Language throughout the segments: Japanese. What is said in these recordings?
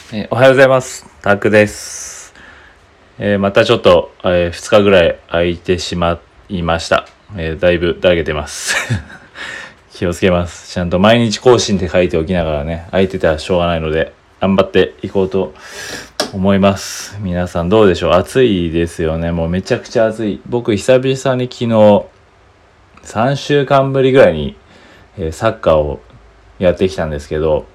おはようございます。タクです。またちょっと、2日ぐらい空いてしまいました。だいぶだらけてます。気をつけます。ちゃんと毎日更新って書いておきながらね、空いてたらしょうがないので、頑張っていこうと思います。皆さんどうでしょう？暑いですよね。もうめちゃくちゃ暑い。僕久々に昨日、3週間ぶりぐらいに、サッカーをやってきたんですけど、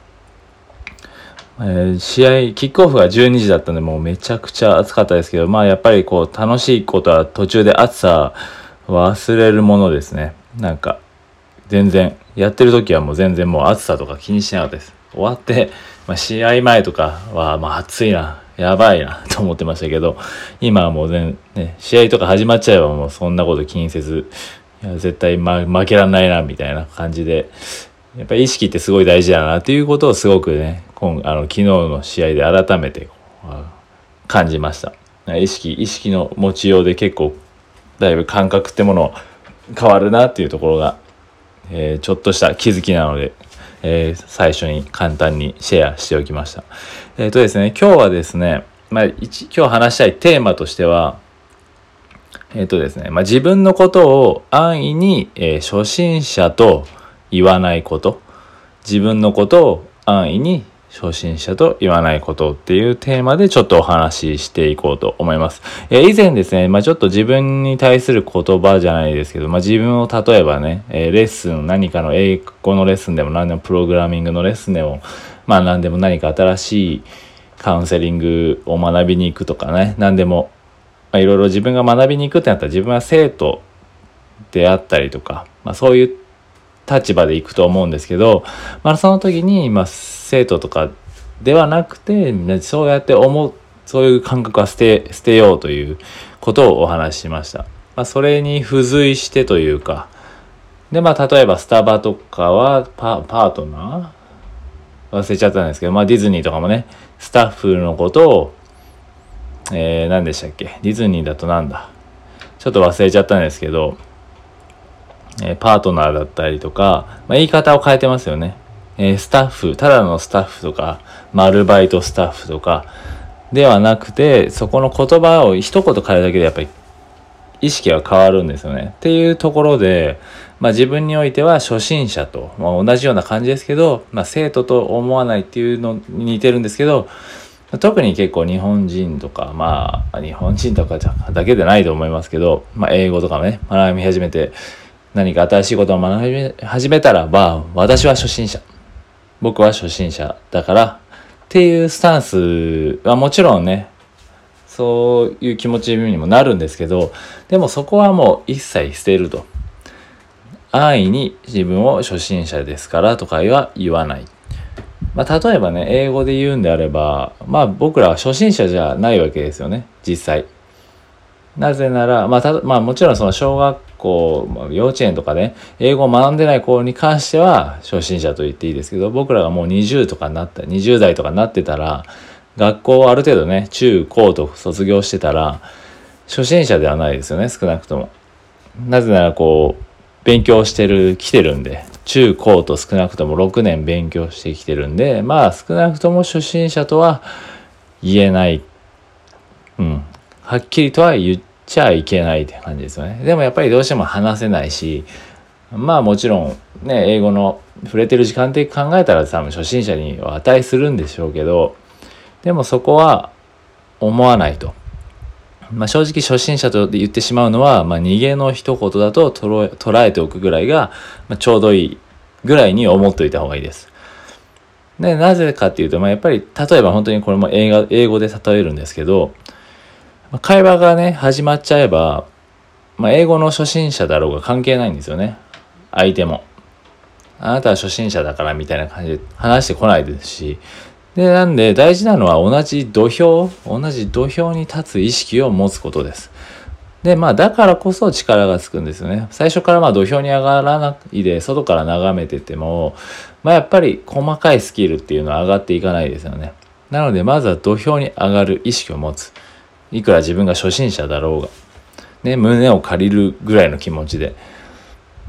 試合キックオフが12時だったんで、もうめちゃくちゃ暑かったですけど、まあやっぱりこう楽しいことは途中で暑さ忘れるものですね。なんか全然やってる時はもう全然もう暑さとか気にしなかったです。終わって、試合前とかは暑いな、やばいなと思ってましたけど、今はもう試合とか始まっちゃえばもうそんなこと気にせず、いや絶対、負けらんないなみたいな感じで、やっぱり意識ってすごい大事だなっていうことをすごくね、昨日の試合で改めて感じました。意識の持ちようで結構だいぶ感覚ってもの変わるなっていうところが、ちょっとした気づきなので、最初に簡単にシェアしておきました。ですね、今日はですね、今日話したいテーマとしては、ですね、自分のことを安易に、初心者と言わないこと、自分のことを安易に初心者と言わないことっていうテーマでちょっとお話ししていこうと思います。以前ですね、ちょっと自分に対する言葉じゃないですけど、自分を例えばね、レッスン、何かの英語のレッスンでも何でもプログラミングのレッスンでも、何でも何か新しいカウンセリングを学びに行くとかね、何でも、いろいろ自分が学びに行くってなったら自分は生徒であったりとか、そういう立場で行くと思うんですけど、その時に、生徒とかではなくて、そうやってそういう感覚は捨てようということをお話ししました。それに付随してというか、で、例えばスタバとかはパートナー忘れちゃったんですけど、ディズニーとかもね、スタッフのことを、何でしたっけ？ディズニーだとなんだ？ちょっと忘れちゃったんですけど、パートナーだったりとか、言い方を変えてますよね。スタッフ、ただのスタッフとか、アルバイトスタッフとかではなくて、そこの言葉を一言変えるだけでやっぱり意識が変わるんですよね。っていうところで、自分においては初心者と、同じような感じですけど、生徒と思わないっていうのに似てるんですけど、特に結構日本人とか、日本人とかだけでないと思いますけど、英語とかね、学び始めて、何か新しいことを学び始めたら、私は初心者。僕は初心者だからっていうスタンスはもちろんね、そういう気持ちにもなるんですけど、でもそこはもう一切捨てると。安易に自分を初心者ですからとかは言わない。例えばね、英語で言うんであれば、僕らは初心者じゃないわけですよね、実際。なぜなら、もちろんその小学校、幼稚園とかね、英語を学んでない子に関しては初心者と言っていいですけど、僕らがもう20とかになった、20代とかになってたら、学校をある程度ね、中高と卒業してたら、初心者ではないですよね、少なくとも。なぜなら勉強して来てるんで、中高と少なくとも6年勉強してきてるんで、少なくとも初心者とは言えない。はっきりとは言っちゃいけないって感じですよね。でもやっぱりどうしても話せないし、もちろんね、英語の触れてる時間的考えたら多分初心者には値するんでしょうけど、でもそこは思わないと。正直初心者と言ってしまうのは、逃げの一言だと捉えておくぐらいが、ちょうどいいぐらいに思っておいた方がいいです。で、なぜかっていうと、やっぱり例えば本当にこれも英語で例えるんですけど、会話がね始まっちゃえば、英語の初心者だろうが関係ないんですよね。相手もあなたは初心者だからみたいな感じで話してこないですし、でなんで大事なのは同じ土俵に立つ意識を持つことです。でだからこそ力がつくんですよね。最初から土俵に上がらないで外から眺めてても、やっぱり細かいスキルっていうのは上がっていかないですよね。なのでまずは土俵に上がる意識を持つ。いくら自分が初心者だろうが、ね、胸を借りるぐらいの気持ちで。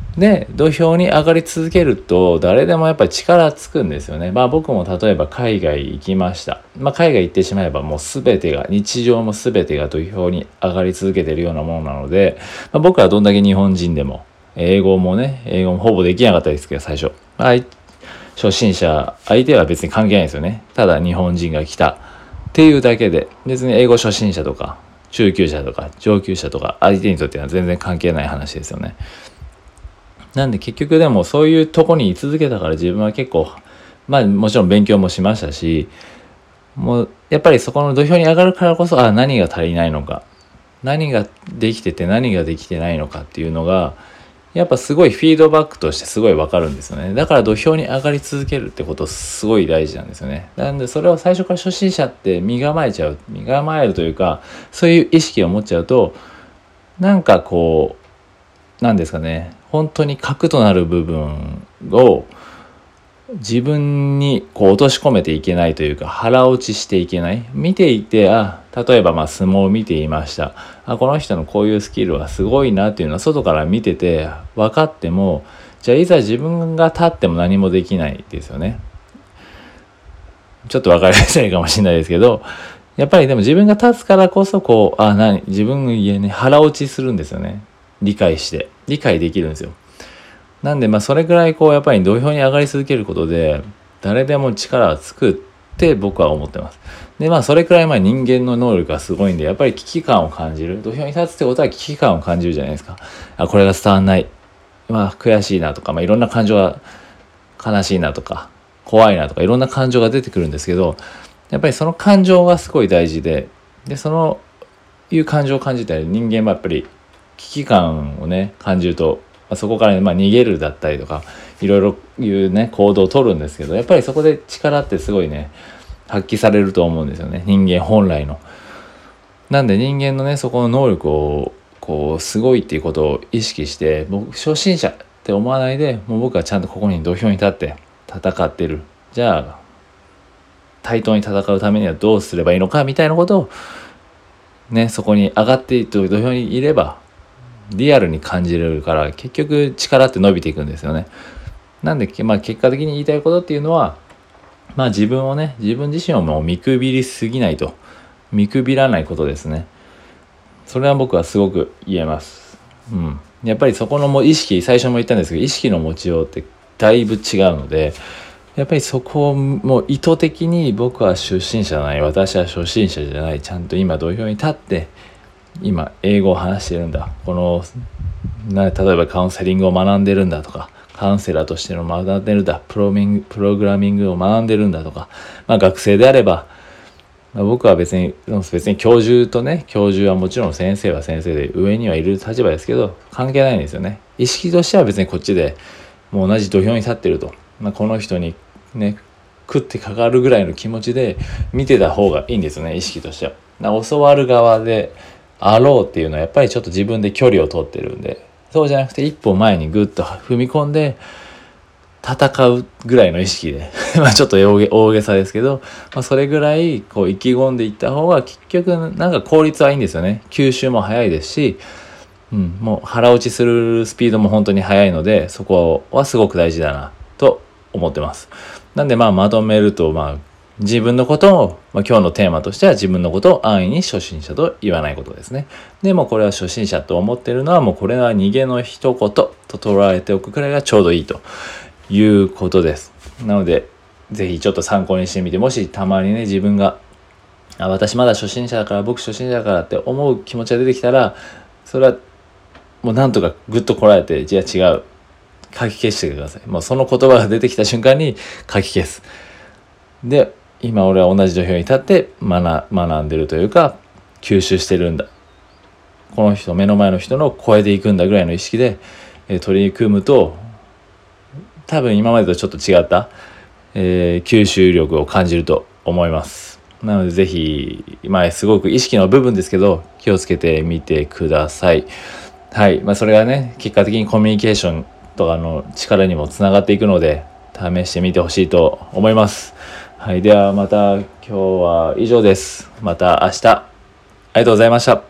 で土俵に上がり続けると誰でもやっぱり力つくんですよね。僕も例えば海外行きました。海外行ってしまえばもう全てが日常も全てが土俵に上がり続けているようなものなので、僕はどんだけ日本人でも英語もほぼできなかったですけど最初、初心者相手は別に関係ないですよね。ただ日本人が来たっていうだけで別に英語初心者とか中級者とか上級者とか相手にとっては全然関係ない話ですよね。なんで結局でもそういうとこに居続けたから自分は結構もちろん勉強もしましたし、もうやっぱりそこの土俵に上がるからこそ何が足りないのか、何ができてて何ができてないのかっていうのがやっぱすごいフィードバックとしてすごいわかるんですよね。だから土俵に上がり続けるってことすごい大事なんですよね。なんでそれを最初から初心者って身構えるというか、そういう意識を持っちゃうとなんかなんですかね、本当に核となる部分を自分に落とし込めていけないというか腹落ちしていけない。見ていて例えば相撲を見ていました。この人のこういうスキルはすごいなっていうのは外から見てて分かっても、じゃあいざ自分が立っても何もできないですよね。ちょっと分かりやすいかもしれないですけど、やっぱりでも自分が立つからこそ自分が腹落ちするんですよね。理解できるんですよ。なんでそれぐらいやっぱり土俵に上がり続けることで誰でも力はつくって僕は思ってます。でそれくらい人間の能力がすごいんで、やっぱり危機感を感じる。土俵に立つってことは危機感を感じるじゃないですか。これが伝わんない、悔しいなとか、いろんな感情が悲しいなとか怖いなとかいろんな感情が出てくるんですけど、やっぱりその感情がすごい大事で、そのいう感情を感じたり、人間はやっぱり危機感を感じるとそこから逃げるだったりとかいろいろいう行動を取るんですけど、やっぱりそこで力ってすごい発揮されると思うんですよね、人間本来の。なんで人間のそこの能力をすごいっていうことを意識して、僕初心者って思わないで、もう僕はちゃんとここに土俵に立って戦ってる。じゃあ対等に戦うためにはどうすればいいのかみたいなことをそこに上がっていって土俵にいればリアルに感じれるから、結局力って伸びていくんですよね。なんで結果的に言いたいことっていうのは、自分自身をもう見くびりすぎないと、見くびらないことですね。それは僕はすごく言えます。やっぱりそこの意識、最初も言ったんですけど、意識の持ちようってだいぶ違うので、やっぱりそこをもう意図的に僕は出身者じゃない、私は初心者じゃない、ちゃんと今土俵に立って今英語を話してるんだ、例えばカウンセリングを学んでるんだとか、カウンセラーとしての学んでるんだ、プログラミングを学んでるんだとか、学生であれば、僕は別に教授はもちろん先生は先生で上にはいる立場ですけど関係ないんですよね。意識としては別にこっちでもう同じ土俵に立ってると、この人に食ってかかるぐらいの気持ちで見てた方がいいんですよね、意識としては。教わる側であろうっていうのはやっぱりちょっと自分で距離を取ってるんで、そうじゃなくて一歩前にグッと踏み込んで戦うぐらいの意識でちょっと大げさですけど、それぐらい意気込んでいった方が結局効率はいいんですよね。吸収も早いですし、もう腹落ちするスピードも本当に速いので、そこはすごく大事だなと思ってます。なんでまとめると自分のことを、今日のテーマとしては自分のことを安易に初心者と言わないことですね。でもこれは初心者と思ってるのはもうこれは逃げの一言と捉えておくくらいがちょうどいいということです。なのでぜひちょっと参考にしてみて、もしたまに自分が私まだ初心者だから、僕初心者だからって思う気持ちが出てきたら、それはもうなんとかグッとこらえて、じゃあ違う、書き消してください。もうその言葉が出てきた瞬間に書き消す。で今俺は同じ土俵に立って学んでるというか吸収してるんだ、この人目の前の人の超えていくんだぐらいの意識で、取り組むと多分今までとちょっと違った、吸収力を感じると思います。なのでぜひすごく意識の部分ですけど気をつけてみてください。はい、それが結果的にコミュニケーションとかの力にもつながっていくので試してみてほしいと思います。はい、ではまた今日は以上です。また明日、ありがとうございました。